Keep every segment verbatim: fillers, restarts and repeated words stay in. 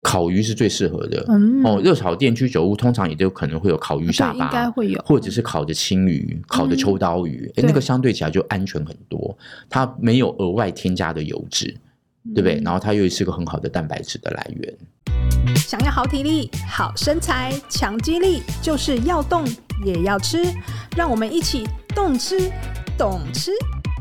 烤鱼是最适合的、嗯哦、热炒店居酒屋通常也都可能会有烤鱼下巴， 应该会有， 或者是烤的青鱼、烤的秋刀鱼、嗯、那个相对起来就安全很多，它没有额外添加的油脂，对不对？然后它又是个很好的蛋白质的来源。 想要好体力、好身材、强肌力，就是要动也要吃，让我们一起动吃懂吃。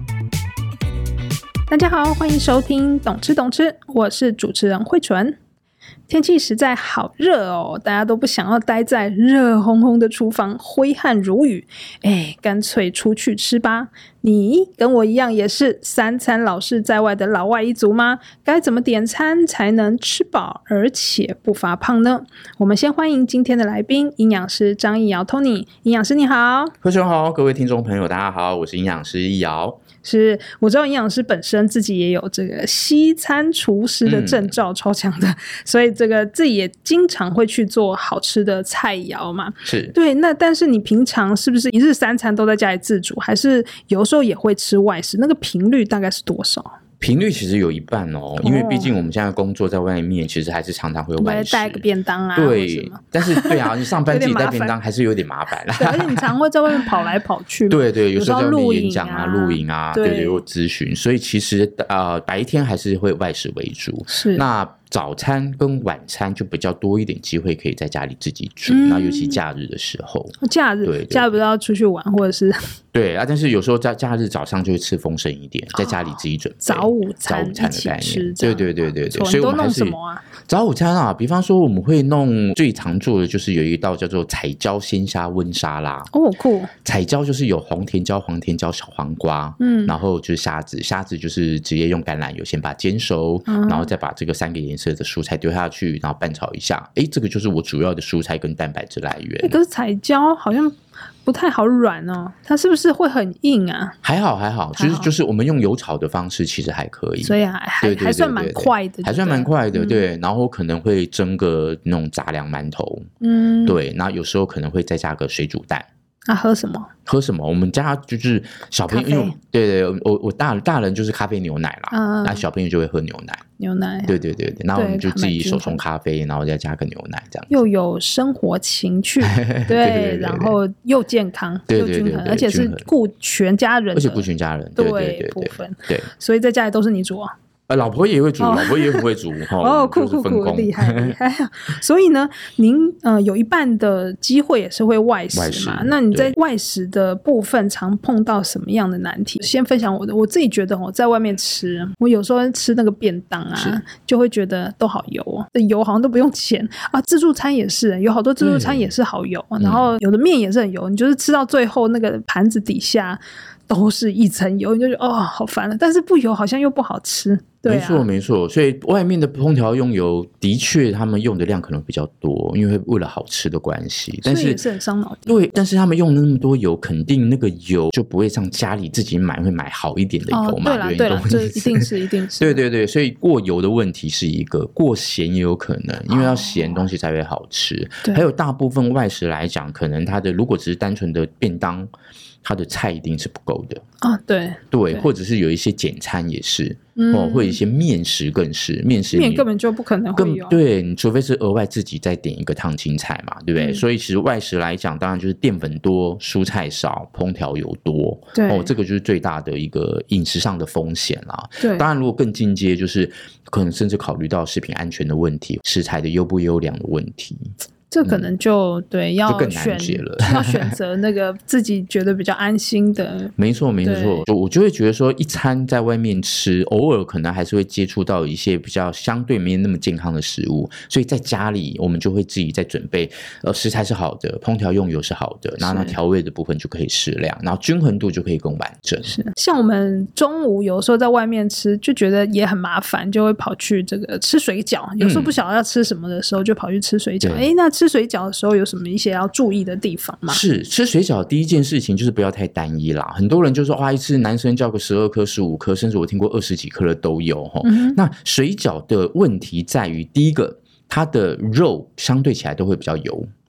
大家好，欢迎收听懂吃懂吃，我是主持人慧纯。天气实在好热哦，大家都不想要待在热烘烘的厨房挥汗如雨，哎，干脆出去吃吧。你跟我一样也是三餐老是在外的老外一族吗？该怎么点餐才能吃饱而且不发胖呢？我们先欢迎今天的来宾，营养师张逸尧 Tony。 营养师你好。 慧纯好，各位听众朋友大家好，我是营养师逸尧。 是，我知道营养师本身自己也有这个西餐厨师的证照，超强的、嗯、所以这个自己也经常会去做好吃的菜肴嘛。 是， 对。那但是你平常是不是一日三餐都在家里自煮，还是有时候也会吃外食？那个频率大概是多少？ 频率其实有一半哦，因为毕竟我们现在工作在外面，其实还是常常会有外食， 带个便当啊， 对。但是对啊，你上班自己带便当还是有点麻烦啦。 对，而且你常会在外面跑来跑去， 对对，有时候在外面演讲啊、 录影啊，对对，有咨询，所以其实呃白天还是会外食为主。 是， 那早餐跟晚餐就比较多一点机会可以在家里自己煮，那、嗯、尤其假日的时候， 假日对假日不是要出去玩或者是对啊，但是有时候在假日早上就会吃丰盛一点，在家里自己准备、哦、 早午餐早午餐的概念，对对对对对， 所以我们还是都弄什么啊？ 早午餐啊，比方说我们会弄最常做的就是有一道叫做彩椒鲜虾温沙拉。 哦，酷！ 彩椒就是有红甜椒、黄甜椒、小黄瓜，嗯，然后就是虾子，虾子就是直接用橄榄油先把它煎熟、嗯，然后再把这个三个颜色的蔬菜丢下去，然后拌炒一下。哎，这个就是我主要的蔬菜跟蛋白质来源。 可是彩椒好像不太好软哦，它是不是会很硬啊？ 还好还好，就是就是我们用油炒的方式其实还可以， 所以还还还算蛮快的， 还算蛮快的，对。然后可能会蒸个那种杂粮馒头，嗯，对。然后有时候可能会再加个水煮蛋。 那、啊、喝什么？ 喝什么？我们家就是小朋友，因为对对，我我大大人就是咖啡牛奶啦，嗯，那小朋友就会喝牛奶， 牛奶， 对对对对，那我们就自己手冲咖啡，然后再加个牛奶，这样又有生活情趣，对, 对, 对, 对, 对，然后又健康， 对对 对, 对, 对， 而且是顾全家人的， 而且顾全家人，对对 对, 对部分， 对， 所以在家里都是你煮啊。 呃，老婆也会煮，哦、老婆也很会煮哦，酷酷酷，厉害厉害！所以呢，您呃有一半的机会也是会外食嘛？外食，那你在外食的部分常碰到什么样的难题？先分享我的，我自己觉得哦，在外面吃，我有时候吃那个便当啊，就会觉得都好油哦，这油好像都不用钱啊。自助餐也是，有好多自助餐也是好油，嗯、然后有的面也是很油，你就是吃到最后那个盘子底下都是一层油，你就觉得哦好烦了。但是不油好像又不好吃。对啊、 没错没错，所以外面的烹调用油的确他们用的量可能比较多，因为为了好吃的关系，但是也是很伤脑筋。 对，但是他们用那么多油，肯定那个油就不会像家里自己买会买好一点的油嘛。 哦、对啦对啦，这一定是一定是。 对对对，所以过油的问题是一个，过咸也有可能，因为要咸东西才会好吃。哦、还有大部分外食来讲，可能它的如果只是单纯的便当，它的菜一定是不够的啊、哦，对对, 对，或者是有一些简餐也是，嗯、哦，或者一些面食更是，面食面根本就不可能会有， 对，你除非是额外自己再点一个烫青菜嘛，对不对？嗯、所以其实外食来讲，当然就是淀粉多、蔬菜少、烹调油多， 对， 哦，这个就是最大的一个饮食上的风险啦。 对， 当然如果更进阶，就是可能甚至考虑到食品安全的问题、食材的优不优良的问题。 这可能就、嗯、对要就更难解了， 要选择那个自己觉得比较安心的。 没错没错，就我就会觉得说，一餐在外面吃，偶尔可能还是会接触到一些比较相对没那么健康的食物，所以在家里我们就会自己在准备，呃，食材是好的，烹调用油是好的，然后那调味的部分就可以适量，然后均衡度就可以更完整。 是，像我们中午有时候在外面吃，就觉得也很麻烦，就会跑去这个吃水饺。有时候不晓得要吃什么的时候，就跑去吃水饺。哎、嗯，那吃水饺的时候有什么一些要注意的地方吗？ 是，吃水饺第一件事情就是不要太单一啦。很多人就说哇，一次男生叫个十二颗十五颗，甚至我听过二十几颗的都有、嗯、那水饺的问题在于，第一个它的肉相对起来都会比较油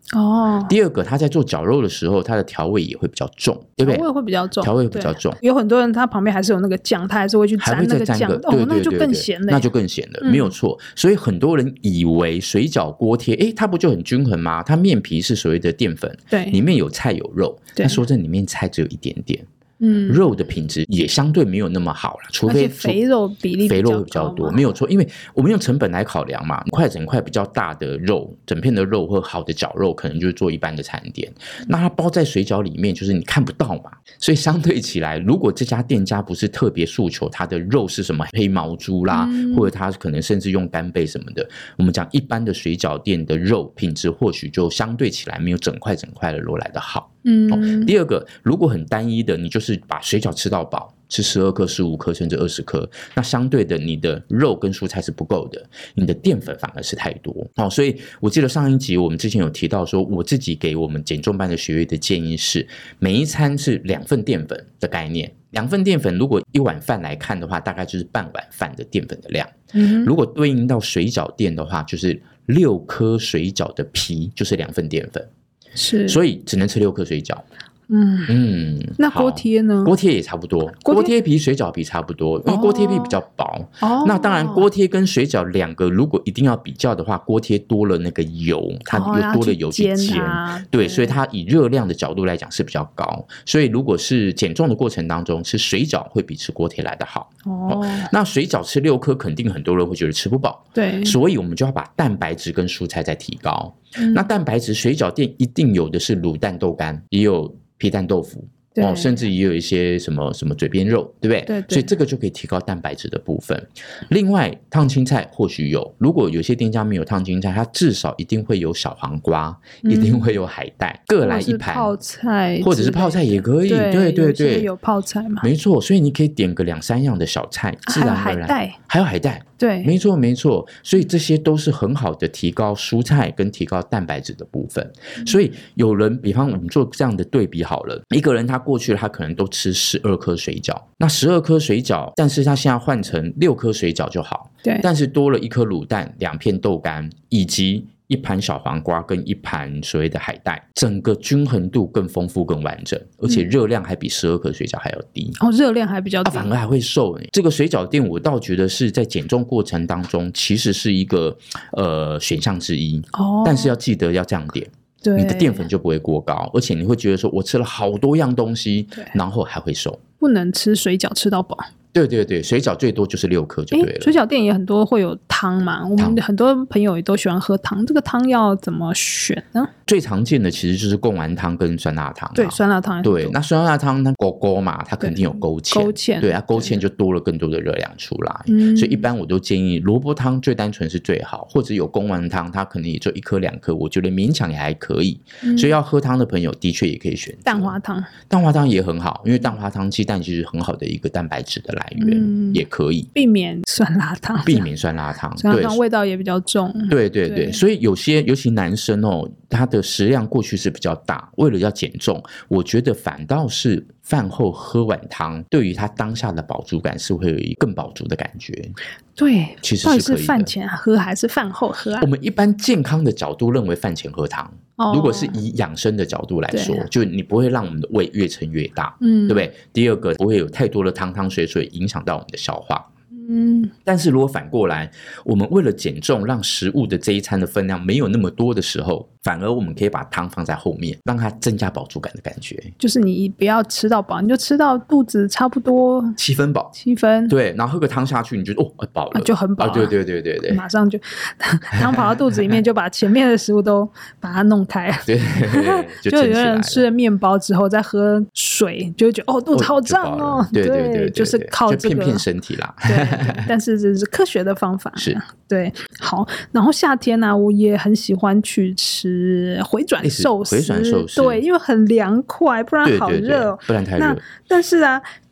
哦， 第二个，他在做绞肉的时候，他的调味也会比较重，对不对？ 调味会比较重， 调味比较重。 有很多人他旁边还是有那个酱，他还是会去沾那个酱， 个哦，那就更咸了， 那就更咸了，嗯、没有错。所以很多人以为水饺锅贴，哎，它不就很均衡吗？它面皮是所谓的淀粉， 对， 里面有菜有肉，但说真的，里面菜只有一点点。嗯，肉的品质也相对没有那么好了，除非肥肉比例肥肉会比较多，没有错，因为我们用成本来考量嘛，块整块比较大的肉，整片的肉或好的绞肉，可能就是做一般的餐点，那它包在水饺里面，就是你看不到嘛，所以相对起来，如果这家店家不是特别诉求它的肉是什么黑毛猪啦，嗯、或者它可能甚至用干贝什么的，我们讲一般的水饺店的肉品质或许就相对起来没有整块整块的肉来的好。嗯、哦，第二个，如果很单一的，你就是把水饺吃到饱，吃十二颗、十五颗甚至二十颗，那相对的，你的肉跟蔬菜是不够的，你的淀粉反而是太多。哦，所以我记得上一集我们之前有提到说，我自己给我们减重班的学员的建议是，每一餐是两份淀粉的概念。两份淀粉，如果一碗饭来看的话，大概就是半碗饭的淀粉的量。嗯、如果对应到水饺店的话，就是六颗水饺的皮就是两份淀粉。是，所以只能吃六颗水饺。嗯嗯， 那锅贴呢？ 锅贴也差不多，锅 贴, 锅贴皮、水饺皮差不多，因为锅贴皮比较薄。哦，那当然，锅贴跟水饺两个如果一定要比较的话，锅贴多了那个油，它又多了油去煎，哦、对，对，所以它以热量的角度来讲是比较高。所以如果是减重的过程当中，吃水饺会比吃锅贴来的好。哦，那水饺吃六颗，肯定很多人会觉得吃不饱。对，所以我们就要把蛋白质跟蔬菜再提高。嗯、那蛋白质，水饺店一定有的是卤蛋豆干，也有皮蛋豆腐，哦，甚至也有一些什么什么嘴边肉，对不对？对对，所以这个就可以提高蛋白质的部分。另外，烫青菜或许有，如果有些店家没有烫青菜，它至少一定会有小黄瓜，嗯、一定会有海带，各来一盘。 泡菜， 或者是泡菜也可以，对对 对, 对， 有泡菜嘛？ 没错，所以你可以点个两三样的小菜，自然而然。还有海带，还有海带。 对， 没错没错，所以这些都是很好的提高蔬菜跟提高蛋白质的部分。嗯、所以有人，比方我们做这样的对比好了，一个人他过去他可能都吃十二颗水饺，那十二颗水饺，但是他现在换成六颗水饺就好，对，但是多了一颗卤蛋、两片豆干以及一盘小黄瓜跟一盘所谓的海带，整个均衡度更丰富更完整，而且热量还比十二颗水饺还要低。 哦，热量还比较低， 啊、反而还会瘦。这个水饺店我倒觉得是在减重过程当中其实是一个呃选项之一。哦，但是要记得要这样点，你的淀粉就不会过高，而且你会觉得说我吃了好多样东西，然后还会瘦。 不能吃水饺吃到饱。 对对对，水饺最多就是六颗就对了。 水饺店也很多会有汤嘛，我们很多朋友也都喜欢喝汤，这个汤要怎么选呢？ 最常见的其实就是贡丸汤跟酸辣汤、啊。 对，酸辣汤。 对，那酸辣汤它勾勾嘛，它肯定有勾芡。 勾芡。 对啊，勾芡就多了更多的热量出来。嗯。所以一般我都建议萝卜汤最单纯是最好，或者有贡丸汤，它可能也就一颗两颗，我觉得勉强也还可以。嗯、所以要喝汤的朋友的确也可以选择蛋花汤。 蛋花汤也很好，因为蛋花汤鸡蛋就是很好的一个蛋白质的来源。嗯，也可以避免酸辣汤， 避免酸辣汤， 酸辣汤味道也比较重。 对对 对, 对，所以有些尤其男生哦，他的食量过去是比较大，为了要减重，我觉得反倒是饭后喝碗汤，对于他当下的饱足感是会有一更饱足的感觉。 对， 其实是可以的。 到底是饭前喝还是饭后喝啊？ 我们一般健康的角度认为饭前喝汤。哦、如果是以养生的角度来说，就你不会让我们的胃越撑越大，嗯，对不对？第二个不会有太多的汤汤水水影响到我们的消化。嗯，但是如果反过来，我们为了减重，让食物的这一餐的分量没有那么多的时候，反而我们可以把汤放在后面，让它增加饱足感的感觉。 就是你不要吃到饱，你就吃到肚子差不多七分饱， 七分对，然后喝个汤下去，你觉得哦饱了、啊， 就很饱、啊啊。对对对对对， 马上就汤跑到肚子里面，就把前面的食物都把它弄开。 对，就, 就有人吃了面包之后再喝水，就会觉得哦肚子好胀哦。 对对 对, 对, 对， 就是靠这个就骗骗身体啦。 对。但是这是科学的方法， 是对。好，然后夏天呢、啊，我也很喜欢去吃回转寿司， 回转寿司， 对，因为很凉快，不然好热， 对对对，不然太热。 但是啊，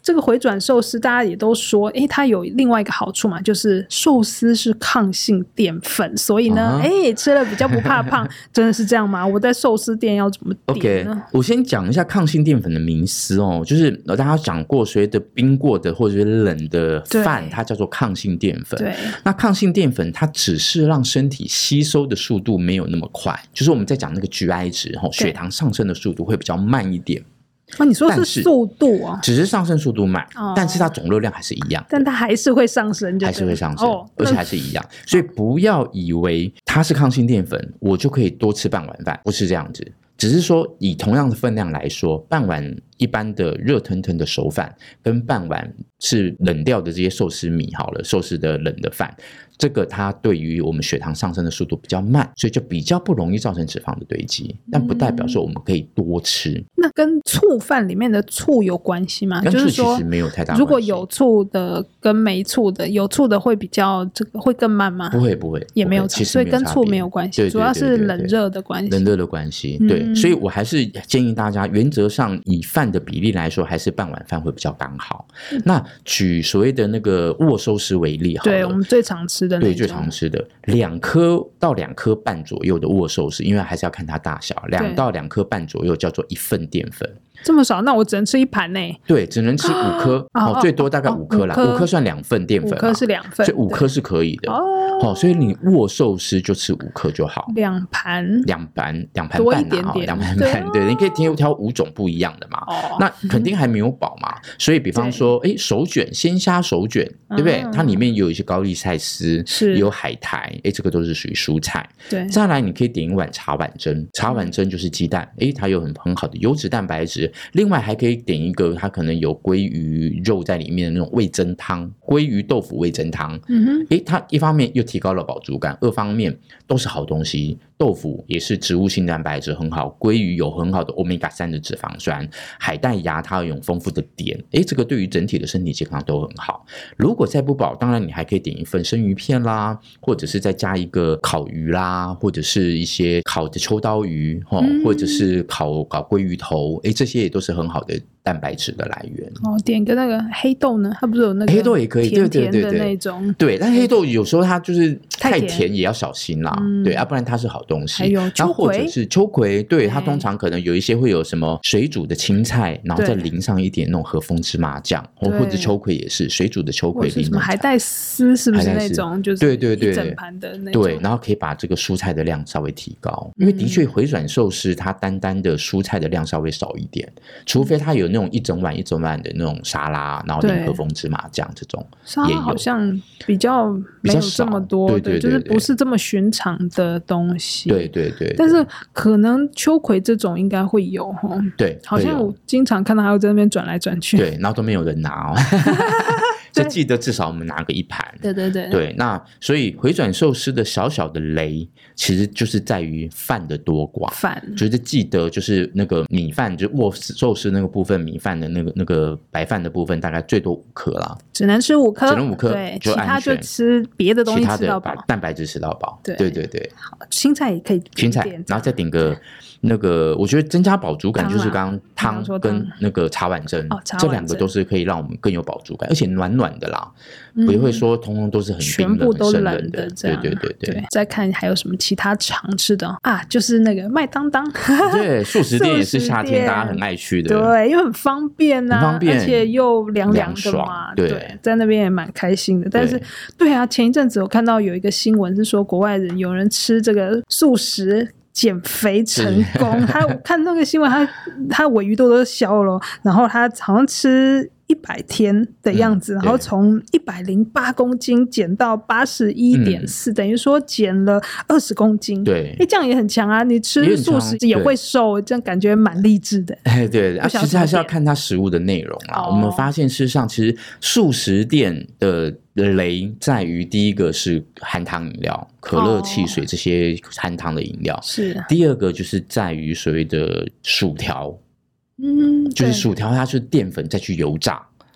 这个回转寿司大家也都说诶它有另外一个好处嘛，就是寿司是抗性淀粉，所以呢哎、uh-huh. 吃了比较不怕胖真的是这样吗？我在寿司店要怎么点呢？ OK， 我先讲一下抗性淀粉的迷思哦，就是大家讲过所谓的冰过的或者是冷的饭它叫做抗性淀粉。 对， 那抗性淀粉它只是让身体吸收的速度没有那么快，就是我们在讲那个 G I 值，血糖上升的速度会比较慢一点。 哦，你说是速度啊？ 只是上升速度慢、哦、但是它总热量还是一样， 但它还是会上升就， 还是会上升、 哦、 而且还是一样，所以不要以为它是抗性淀粉我就可以多吃半碗饭，不是这样子，只是说以同样的分量来说，半碗一般的热腾腾的熟饭跟半碗是冷掉的这些寿司米好了，寿司的冷的饭，这个它对于我们血糖上升的速度比较慢，所以就比较不容易造成脂肪的堆积，但不代表说我们可以多吃、嗯、 那跟醋饭里面的醋有关系吗？ 跟醋其实没有太大关系， 如果有醋的跟没醋的，有醋的会比较这个会更慢吗？ 不会不会， 也没有差，所以跟醋没有关系， 对对对对对，主要是冷热的关系， 冷热的关系、嗯、对，所以我还是建议大家原则上以饭的比例来说还是半碗饭会比较刚好、嗯、那举所谓的那个握寿司为例好了， 对，我们最常吃的那种， 对，最常吃的两颗到两颗半左右的握寿司，因为还是要看它大小，两到两颗半左右叫做一份淀粉。 这么少，那我只能吃一盘呢？ 对，只能吃五颗、哦哦、最多大概五颗啦，五 颗, 五颗算两份淀粉，五颗是两份， 所以五颗是可以的哦。哦，所以你握寿司就吃五颗就好， 两盘两盘两盘半、啊、 多一点点， 两盘半，对，对，你可以挑挑五种不一样的嘛、哦、那肯定还没有饱嘛，所以比方说哎，手卷鲜虾手卷对不对、嗯、它里面有一些高丽菜丝，是有海苔，哎，这个都是属于蔬菜。 对， 再来你可以点一碗茶碗蒸，茶碗蒸就是鸡蛋，哎，它有很很好的优质蛋白质，另外还可以点一个它可能有鲑鱼肉在里面的那种味噌汤，鲑鱼豆腐味噌汤，嗯哼，诶，它一方面又提高了饱足感，二方面都是好东西，豆腐也是植物性蛋白质很好，鲑鱼有很好的 欧米伽三 的脂肪酸，海带芽它有丰富的碘，诶，这个对于整体的身体健康都很好。如果再不饱，当然你还可以点一份生鱼片啦，或者是再加一个烤鱼啦，或者是一些烤的秋刀鱼、哦嗯、或者是烤烤鲑鱼头，诶，这些也都是很好的蛋白质的来源。 哦，点个那个黑豆呢？它不是有那个黑豆也可以， 甜甜的那种， 对对对对，但黑豆有时候它就是太甜也要小心啦，嗯、对，要、啊、不然它是好东西。 还有秋葵， 或者是秋葵，对，它通常可能有一些会有什么水煮的青菜，然后再淋上一点那种和风芝麻酱，或者秋葵也是水煮的秋葵淋什么海带丝，是不是那种就是对对对一整盘的那种， 对，然后可以把这个蔬菜的量稍微提高，因为的确回转寿司它单单的蔬菜的量稍微少一点，除非它有那种一整碗一整碗的那种沙拉，然后淋和风芝麻酱，这种沙拉好像比较没有这么多， 对对对， 就是不是这么寻常的东西， 对对 对, 对， 但是可能秋葵这种应该会有， 对， 好像我经常看到还有在那边转来转去， 对，然后都没有人拿哦。就记得至少我们拿个一盘， 对对对对，那所以回转寿司的小小的雷其实就是在于饭的多寡， 饭就是记得就是那个米饭，就握寿司那个部分米饭的那个那个白饭的部分大概最多五颗啦， 只能吃五颗， 只能五颗， 对， 就其他就吃别的东西吃到饱， 蛋白质吃到饱，对对对对， 好，青菜也可以点青菜，然后再点个那个我觉得增加饱足感就是刚刚汤跟那个茶碗蒸， 哦， 这两个都是可以让我们更有饱足感，而且暖暖的啦，嗯、不会说通通都是很冰冷全部都冷的很的这样， 对对对 对, 对。 再看还有什么其他常吃的啊？就是那个麦当当， 对，素食店也是夏天大家很爱去的， 对，因为很方便啊， 很方便， 而且又凉凉的嘛， 对, 对，在那边也蛮开心的。但是，对啊，前一阵子我看到有一个新闻是说，国外人有人吃这个素食减肥成功，他看那个新闻，他他尾鱼肚都消了，然后他好像吃一百天的样子，嗯、然后从一百零八公斤减到八十一点四，等于说减了二十公斤。 对， 哎，这样也很强啊！你吃素食也会瘦，这样感觉蛮励志的。 哎，对，啊，其实还是要看它食物的内容啦。哦、我们发现，事实上，其实素食店的雷在于第一个是含糖饮料，可乐、汽水这些含糖的饮料， 是、哦。 第二个就是在于所谓的薯条。嗯，就是薯条它是淀粉再去油炸，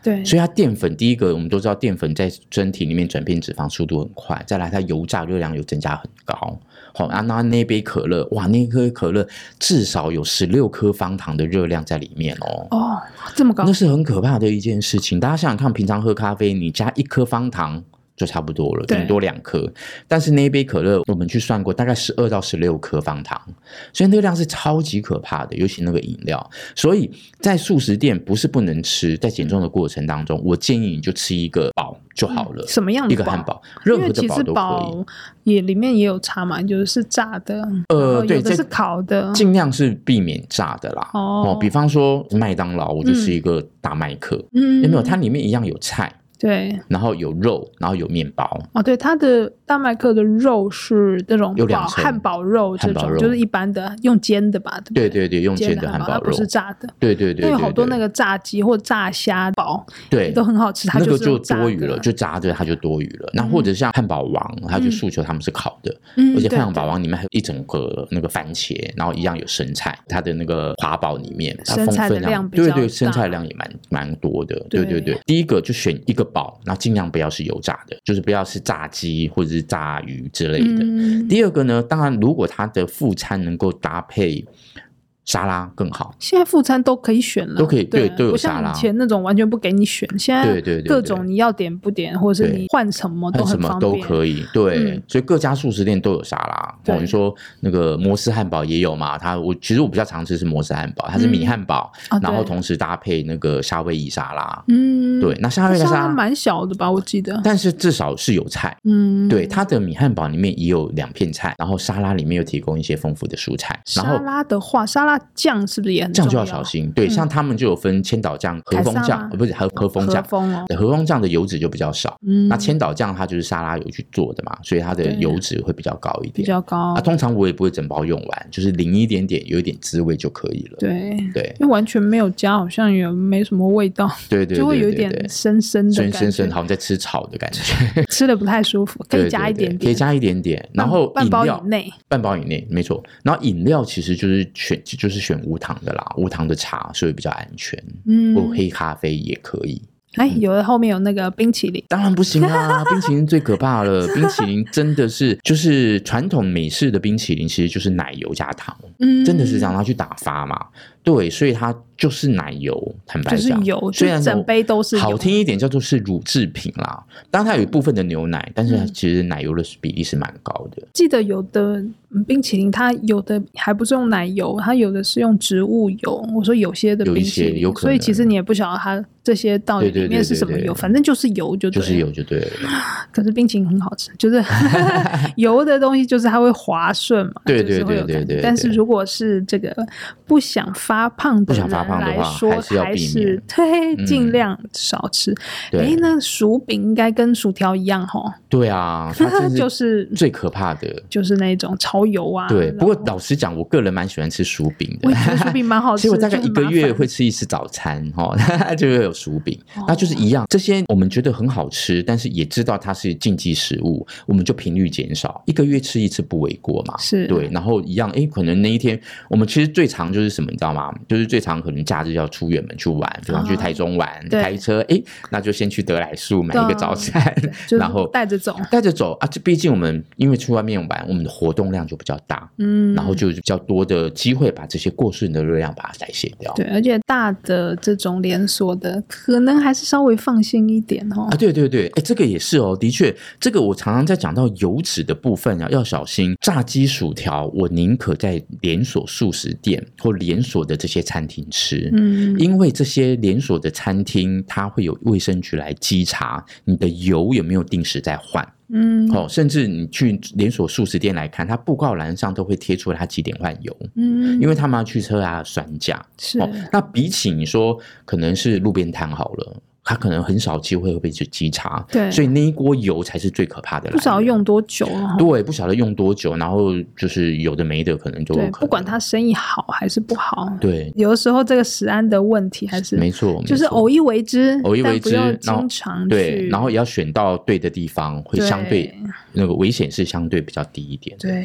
对， 所以它淀粉第一个我们都知道淀粉在身体里面转变脂肪速度很快，再来它油炸热量有增加很高。好、啊、那那杯可乐，哇，那杯可乐至少有十六颗方糖的热量在里面哦。 哦，这么高， 那是很可怕的一件事情。大家想想看，平常喝咖啡，你加一颗方糖就差不多了，顶多两颗。但是那一杯可乐，我们去算过，大概十二到十六颗方糖，所以那个量是超级可怕的，尤其那个饮料。所以在素食店不是不能吃，在减重的过程当中，我建议你就吃一个堡就好了。 嗯、什么样的一个汉堡，任何的堡都可以。 堡也里面也有差嘛，有的是炸的，呃，有的是烤的， 尽量是避免炸的啦。 哦， 哦比方说麦当劳，我就是一个大麦克， 嗯， 有没有？它里面一样有菜。 对， 然后有肉，然后有面包。 哦，对，它的大麦克的肉是那种堡汉堡肉，这种就是一般的用煎的吧？ 对对对，用煎的汉堡肉， 不是炸的。 对对 对, 对, 对， 有好多那个炸鸡或炸虾堡， 对， 都很好吃。它那个就多余了，就炸的它就多余了。那、嗯、或者像汉堡王，它就诉求他们是烤的，嗯、而且汉堡王里面还有一整个那个番茄，然后一样有生菜，它的那个华堡里面，它生菜的量比较大， 对对，生菜量也蛮蛮多的。对对对，第一个就选一个堡，然后尽量不要是油炸的，就是不要是炸鸡或者是炸鱼之类的。嗯、第二个呢，当然如果它的副餐能够搭配沙拉更好。 现在副餐都可以选了， 都可以，对，都有沙拉。 不像以前那种完全不给你选，现在各种你要点不点，或者是你换什么都很方便， 都可以。对、嗯，所以各家素食店都有沙拉。我们说那个摩斯汉堡也有嘛，它我其实我比较常吃是摩斯汉堡，它是米汉堡，嗯、然后同时搭配那个夏威夷沙拉。嗯，对，那夏威夷沙拉蛮小的吧，我记得， 但是至少是有菜。嗯，对，它的米汉堡里面也有两片菜，然后沙拉里面又提供一些丰富的蔬菜。然后沙拉的话，沙拉酱是不是也很重要？ 酱就要小心，对，嗯、像他们就有分千岛酱、和风酱，不是和和风酱， 和风哦， 和风酱的油脂就比较少。嗯，那千岛酱它就是沙拉油去做的嘛，所以它的油脂会比较高一点， 比较高。 啊，通常我也不会整包用完，就是淋一点点，有一点滋味就可以了。 对对， 因为完全没有加，好像也没什么味道。 对 对, 对, 对, 对, 对， 就会有一点深深的感觉， 深深好像在吃草的感觉， 吃的不太舒服，可以加一点点， 对对对，可以加一点点。然后半包以内， 半包以内，没错。然后饮料其实就是选就是选无糖的啦，无糖的茶所以比较安全，嗯，或黑咖啡也可以。 哎，有的后面有那个冰淇淋， 当然不行啊！冰淇淋最可怕了，冰淇淋真的是就是传统美式的冰淇淋，其实就是奶油加糖，嗯，真的是让它去打发嘛。对，所以它就是奶油，坦白讲， 就是油， 虽然整杯都是油， 好听一点叫做是乳制品啦。当然它有一部分的牛奶，但是它其实奶油的比例是蛮高的。 记得有的冰淇淋，它有的还不是用奶油，它有的是用植物油。我说有些的冰淇淋， 有可能， 所以其实你也不晓得它这些到底里面是什么油，对对对对对，反正就是油就对了， 就是油就对了。 可是冰淇淋很好吃，就是油的东西就是它会滑顺嘛， 对对对对 对, 对, 对, 对, 对。 但是如果是这个不想发胖的人来说， 还是要避免， 对，尽量少吃。哎、嗯，那薯饼应该跟薯条一样齁？ 对啊，它就是最可怕的， 就是那种超油啊。 对，不过老实讲，我个人蛮喜欢吃薯饼的。 我觉得薯饼蛮好吃， 其实我大概一个月会吃一次早餐齁，就会有薯饼、哦，那就是一样。这些我们觉得很好吃，但是也知道它是禁忌食物，我们就频率减少，一个月吃一次不为过嘛。 是， 对，然后一样，哎，可能那一天我们其实最常就是什么，你知道吗？就是最常可能假日要出远门去玩，比方去台中玩，哦、开车，哎，那就先去得来速买一个早餐，然后带着走， 带着走啊。这毕竟我们因为去外面玩，我们的活动量就比较大，嗯，然后就比较多的机会把这些过剩的热量把它代谢掉。 对，而且大的这种连锁的，可能还是稍微放心一点哦。 啊，对对对，哎，这个也是哦，的确，这个我常常在讲到油脂的部分啊，要小心。炸鸡薯条，我宁可在连锁素食店或连锁的这些餐厅吃，嗯，因为这些连锁的餐厅它会有卫生局来稽查你的油有没有定时在换。嗯，哦，甚至你去连锁素食店来看，它布告栏上都会贴出它几点换油，嗯，因为他们要去测它酸价。 是、 哦，那比起你说可能是路边摊好了。它可能很少机会会被去稽查， 对， 所以那一锅油才是最可怕的。 不晓得用多久了， 对，不晓得用多久，然后就是有的没的，可能就对，不管它生意好还是不好， 对， 有的时候这个食安的问题还是没错， 就是偶一为之， 偶一为之， 但不要经常去， 对，然后也要选到对的地方，会相对那个危险是相对比较低一点的。 对。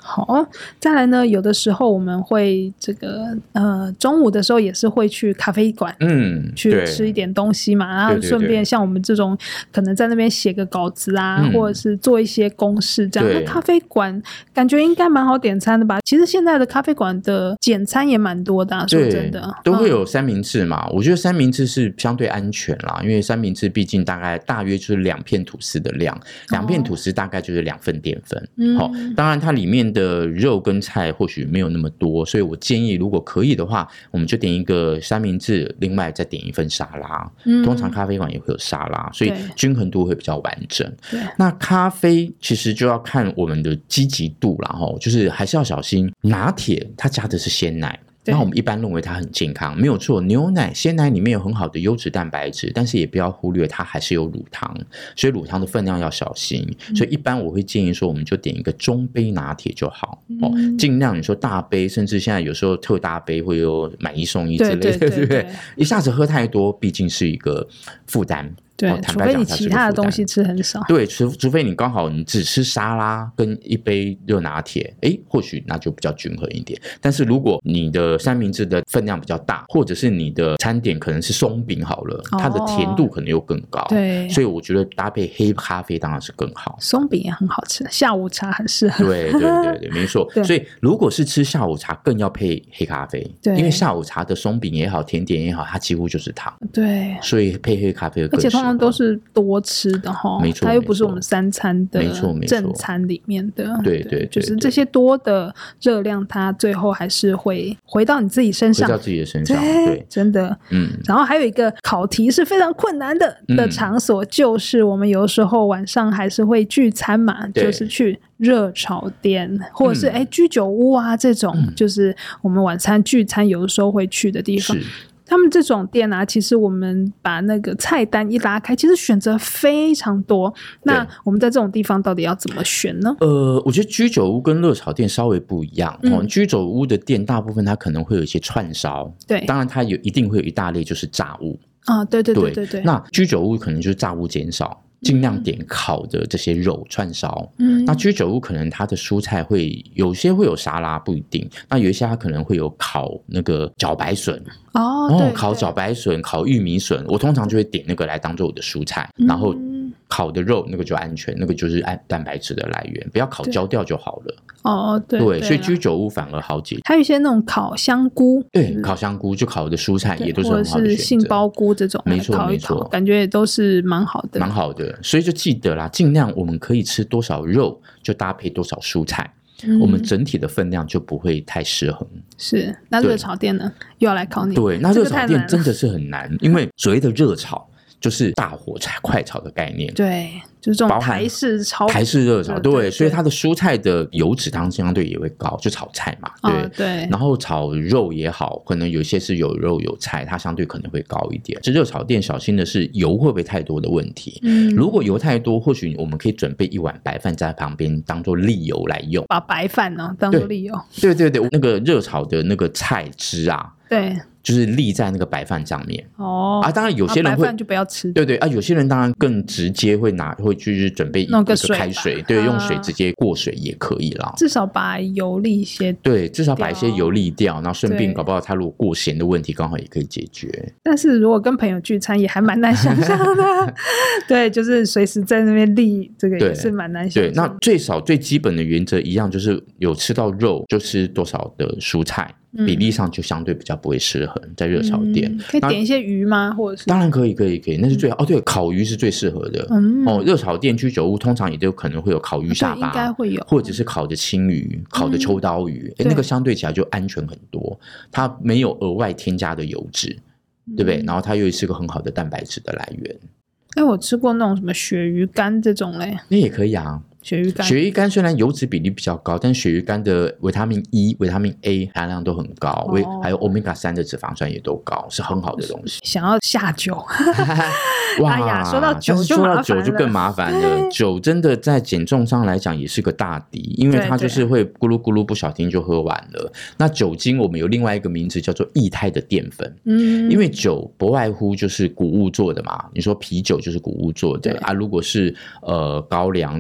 好，再来呢，有的时候我们会这个呃中午的时候也是会去咖啡馆， 嗯， 去吃一点东西嘛，然后顺便像我们这种可能在那边写个稿子啊，嗯、或者是做一些公事这样。那咖啡馆感觉应该蛮好点餐的吧？其实现在的咖啡馆的简餐也蛮多的、啊，说真的， 都会有三明治嘛。嗯、我觉得三明治是相对安全啦，因为三明治毕竟大概大约就是两片吐司的量，两片吐司大概就是两份淀粉。嗯、哦，当然它里面的肉跟菜或许没有那么多，所以我建议如果可以的话，我们就点一个三明治，另外再点一份沙拉。嗯、通常咖啡馆也会有沙拉，所以均衡度会比较完整。那咖啡其实就要看我们的积极度啦，就是还是要小心。拿铁它加的是鲜奶。那我们一般认为它很健康，没有错。牛奶、鲜奶里面有很好的优质蛋白质，但是也不要忽略它还是有乳糖，所以乳糖的分量要小心。嗯、所以一般我会建议说，我们就点一个中杯拿铁就好，嗯哦、尽量你说大杯，甚至现在有时候特大杯会有买一送一之类的，对, 对, 对, 对不对？一下子喝太多，毕竟是一个负担。 对，哦、除非你其他的东西吃很少。 对，除除非你刚好你只吃沙拉跟一杯热拿铁，哎，或许那就比较均衡一点。但是如果你的三明治的分量比较大，或者是你的餐点可能是松饼好了，哦、它的甜度可能又更高。 对， 所以我觉得搭配黑咖啡当然是更好。 松饼也很好吃，下午茶很适合。 对对对对，没错。所以如果是吃下午茶，更要配黑咖啡。对，因为下午茶的松饼也好，甜点也好，它几乎就是糖。 对， 所以配黑咖啡更适合。 而且通常都是多吃的哈， 没错， 它又不是我们三餐的正餐里面的， 对 对, 对, 对, 对， 就是这些多的热量，它最后还是会回到你自己身上， 回到自己的身上， 对， 对真的，嗯。然后还有一个考题是非常困难的的场所，嗯、就是我们有时候晚上还是会聚餐嘛，就是去热炒店或者是哎、嗯、居酒屋啊这种，嗯、就是我们晚餐聚餐有的时候会去的地方。他们这种店啊，其实我们把那个菜单一拉开，其实选择非常多。那我们在这种地方到底要怎么选呢？ 呃，我觉得居酒屋跟热炒店稍微不一样。嗯哦、居酒屋的店大部分它可能会有一些串烧，对，当然它有一定会有一大类就是炸物啊，对对对对 对, 对。 那居酒屋可能就是炸物减少。尽量点烤的这些肉串烧，嗯，那居酒屋可能它的蔬菜会有些会有沙拉，不一定。那有一些它可能会有烤那个茭白笋哦，对对， 烤茭白笋、烤玉米笋，我通常就会点那个来当做我的蔬菜，嗯、然后烤的肉那个就安全，那个就是按蛋白质的来源，不要烤焦掉就好了。 哦，对对, 对，所以居酒屋反而好解决。 还有一些那种烤香菇， 对，烤香菇就烤的蔬菜也都是很好的选择，或者是杏鲍菇这种， 没错烤一烤，没错，感觉也都是蛮好的， 蛮好的。所以就记得啦，尽量我们可以吃多少肉，就搭配多少蔬菜。嗯、我们整体的分量就不会太失衡。 是，那热炒店呢，又要来考你。 对，那热炒店真的是很难，因为所谓的热炒就是大火快炒的概念。 对，就是这种台式炒台式热炒， 对, 对, 对，所以它的蔬菜的油脂当然相对也会高，就炒菜嘛，对、 哦、对。 然后炒肉也好，可能有些是有肉有菜，它相对可能会高一点。这热炒店小心的是油会不会太多的问题。嗯，如果油太多，或许我们可以准备一碗白饭在旁边当做沥油来用， 把白饭呢、哦、当做沥油。 对对对，那个热炒的那个菜汁啊， 对。 就是沥在那个白饭上面哦啊，当然有些人会、 啊、白饭就不要吃， 对对啊，有些人当然更直接会拿会就是准备一个开水，对，用水直接过水也可以啦。 至少把油沥一些， 对，至少把一些油沥掉，然后顺便搞不好他如果过咸的问题，刚好也可以解决。 但是如果跟朋友聚餐，也还蛮难想象的。对，就是随时在那边沥，这个也是蛮难想象的。 对，那最少最基本的原则一样，就是有吃到肉就吃多少的蔬菜。比例上就相对比较不会失衡，在热炒店、嗯、 可以点一些鱼吗？或者是当然可以可以可以，那是最好、嗯、哦。对，烤鱼是最适合的。嗯哦，热炒店居酒屋通常也都有可能会有烤鱼下巴， 应该会有， 或者是烤的青鱼、烤的秋刀鱼、嗯、那个相对起来就安全很多，它没有额外添加的油脂，对不对？嗯、然后它又是个很好的蛋白质的来源。 哎，我吃过那种什么鳕鱼干这种嘞， 那也可以啊。 鳕鱼干， 鳕鱼干虽然油脂比例比较高，但鲱鱼干的维他命 E、维他命 A 含量都很高，哦、还有 欧米伽三 的脂肪酸也都高，是很好的东西。 想要下酒， 哇！ 哎呀，说到酒就麻烦了， 说到酒就更麻烦了。酒真的在减重上来讲也是个大敌，因为它就是会咕噜咕噜不小心就喝完了。那酒精我们有另外一个名字叫做液态的淀粉，嗯，因为酒不外乎就是谷物做的嘛。你说啤酒就是谷物做的啊，如果是呃高粱，那也都是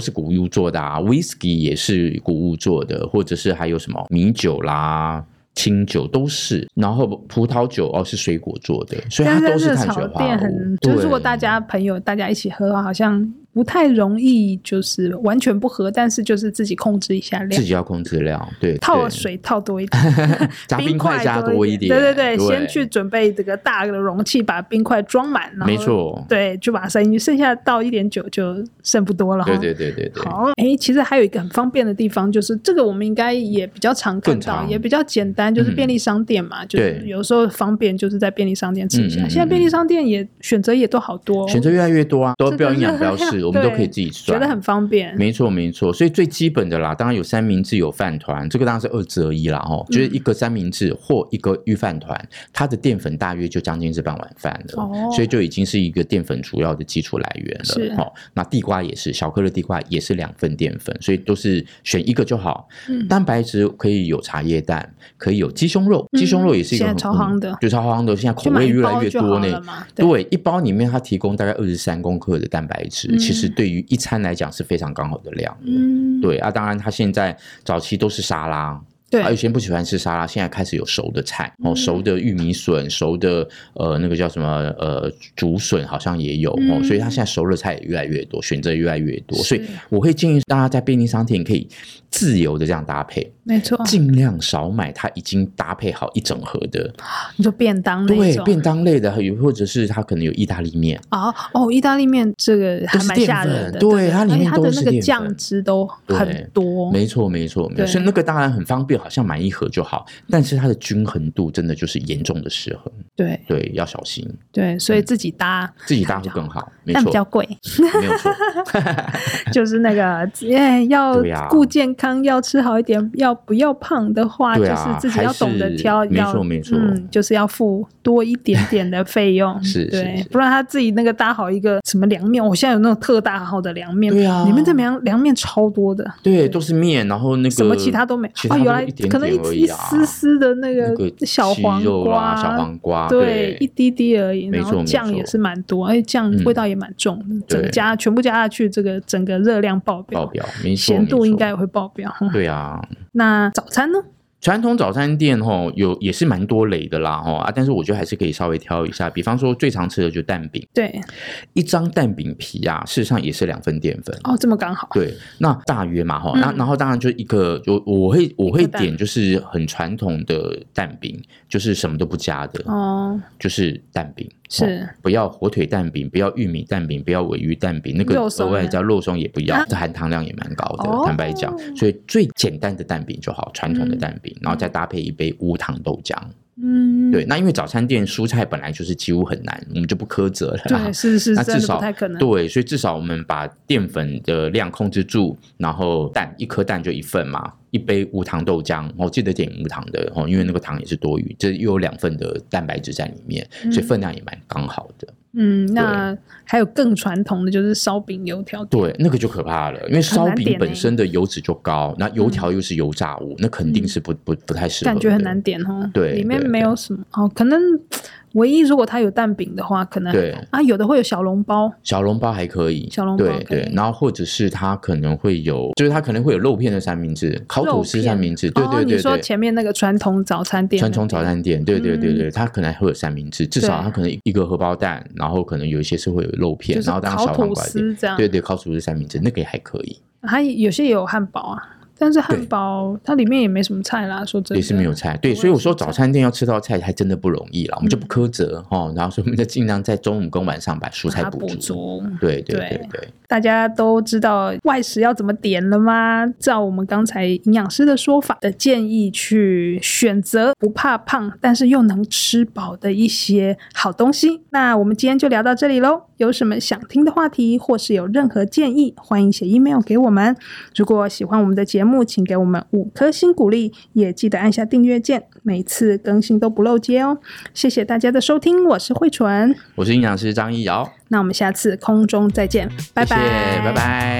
是谷物做的啊 whisky 也是谷物做的，或者是还有什么米酒啦清酒都是，然后葡萄酒哦是水果做的，所以它都是碳水化合物。 就是如果大家朋友大家一起喝的话，好像不太容易就是完全不喝，但是就是自己控制一下量， 自己要控制量，对， 套水套多一点加冰块加多一点， 对对对，先去准备这个大的容器把冰块装满， 没错， 对，就把它塞进去，剩下倒一点酒就剩不多了。 对对对对对。 好，哎，其实还有一个很方便的地方，就是这个我们应该也比较常看到，也比较简单，就是便利商店嘛，嗯、就是有时候方便就是在便利商店吃一下。嗯、现在便利商店也选择也都好多、哦， 选择越来越多啊，都标营养标示，我们都可以自己算， 觉得很方便。 没错没错，所以最基本的啦，当然有三明治有饭团，这个当然是二择一啦哦，就是一个三明治或一个御饭团，它的淀粉大约就将近是半碗饭了，哦、所以就已经是一个淀粉主要的基础来源了。是哦，那地瓜也是小颗的地瓜也是两份淀粉，所以都是选一个就好。嗯、蛋白质可以有茶叶蛋，可以有鸡胸肉，鸡胸肉也是一个很、嗯、 现在超夯的， 就超夯的，现在口味越来越多呢。对，对，一包里面它提供大概二十三公克的蛋白质，嗯、其实对于一餐来讲是非常刚好的量的。嗯，对啊，当然它现在早期都是沙拉。对，有些人不喜欢吃沙拉，现在开始有熟的菜哦，熟的玉米笋，熟的呃那个叫什么呃竹笋好像也有、嗯、哦，所以它现在熟的菜也越来越多，选择越来越多，所以我会建议大家在便利商店可以自由的这样搭配， 没错， 尽量少买它已经搭配好一整盒的， 你说便当那种， 对，便当类的，或者是它可能有意大利面哦哦，意大利面这个还蛮吓人的， 对，对它里面都是淀粉， 它的那个酱汁都很多， 没错没错没错，所以那个当然很方便。好像买一盒就好，但是它的均衡度真的就是严重的失衡。对对，要小心。对， 所以自己搭、嗯、 自己搭会更好，没错， 但比较贵， 没有错。 就是那个，哎，要顾健康，啊、要吃好一点，要不要胖的话，啊、就是自己要懂得挑， 没错没错、 嗯，就是要付多一点点的费用， 是， 对， 是是， 不然他自己那个搭好一个什么凉面，我现在有那种特大号的凉面， 对啊， 里面这凉凉面超多的， 对，都是面，然后那个什么其他都没， 其他都一点点而已啊。 哦，原来可能一丝丝的那个小黄瓜， 小黄瓜， 对，一滴滴而已， 然后酱也是蛮多，而且酱味道也蛮重的，整个加全部加下去，这个整个热量爆表， 爆表，没错， 咸度应该也会爆表。 对啊， 那早餐呢？ 传统早餐店吼有也是蛮多类的啦吼啊，但是我觉得还是可以稍微挑一下，比方说最常吃的就蛋饼， 对， 一张蛋饼皮啊，事实上也是两份淀粉哦，这么刚好， 对，那大约嘛吼，那、嗯、然后当然就一个，就我会我会点就是很传统的蛋饼，就是什么都不加的哦，就是蛋饼。是、哦，不要火腿蛋饼，不要玉米蛋饼，不要鲔鱼蛋饼，那个额外加肉松也不要，这、啊、含糖量也蛮高的，哦、坦白讲，所以最简单的蛋饼就好，传统的蛋饼，嗯、然后再搭配一杯无糖豆浆。嗯，对，那因为早餐店蔬菜本来就是几乎很难，我们就不苛责了。 对，是是， 那至少不太可能。 对，所以至少我们把淀粉的量控制住，然后蛋一颗蛋就一份嘛，一杯无糖豆浆，我、哦、记得点无糖的哦，因为那个糖也是多余，这又有两份的蛋白质在里面，嗯、所以分量也蛮刚好的。 嗯，那还有更传统的就是烧饼油条， 对，那个就可怕了，因为烧饼本身的油脂就高，那、欸、油条又是油炸物，嗯、那肯定是不不不太适合的， 感觉很难点哦。 对， 里面没有什么哦，可能唯一如果它有蛋饼的话，可能对啊，有的会有小笼包， 小笼包还可以， 小笼包对对，然后或者是它可能会有，就是它可能会有肉片的三明治，烤吐司三明治，对对 对, 对、哦、 你说前面那个传统早餐店， 传统早餐店，对对对对，嗯、它可能会有三明治，至少它可能一个荷包蛋，然后可能有一些是会有肉片， 就是、 然后当小黄瓜这样， 对对，烤吐司三明治那个也还可以， 它有些也有汉堡啊。但是汉堡它里面也没什么菜啦，说真的也是没有菜，对，所以我说早餐店要吃到菜还真的不容易啦，我们就不苛责、嗯哦、然后所以我们就尽量在中午跟晚上把蔬菜补 足, 补足对对对 对, 对， 大家都知道外食要怎么点了吗？照我们刚才营养师的说法的建议去选择不怕胖但是又能吃饱的一些好东西。那我们今天就聊到这里咯，有什么想听的话题或是有任何建议，欢迎写 email 给我们。如果喜欢我们的节目，请给我们五颗星鼓励，也记得按下订阅键，每次更新都不漏接哦。谢谢大家的收听，我是慧纯， 我是营养师张一瑶， 那我们下次空中再见，拜拜， 谢谢，拜拜。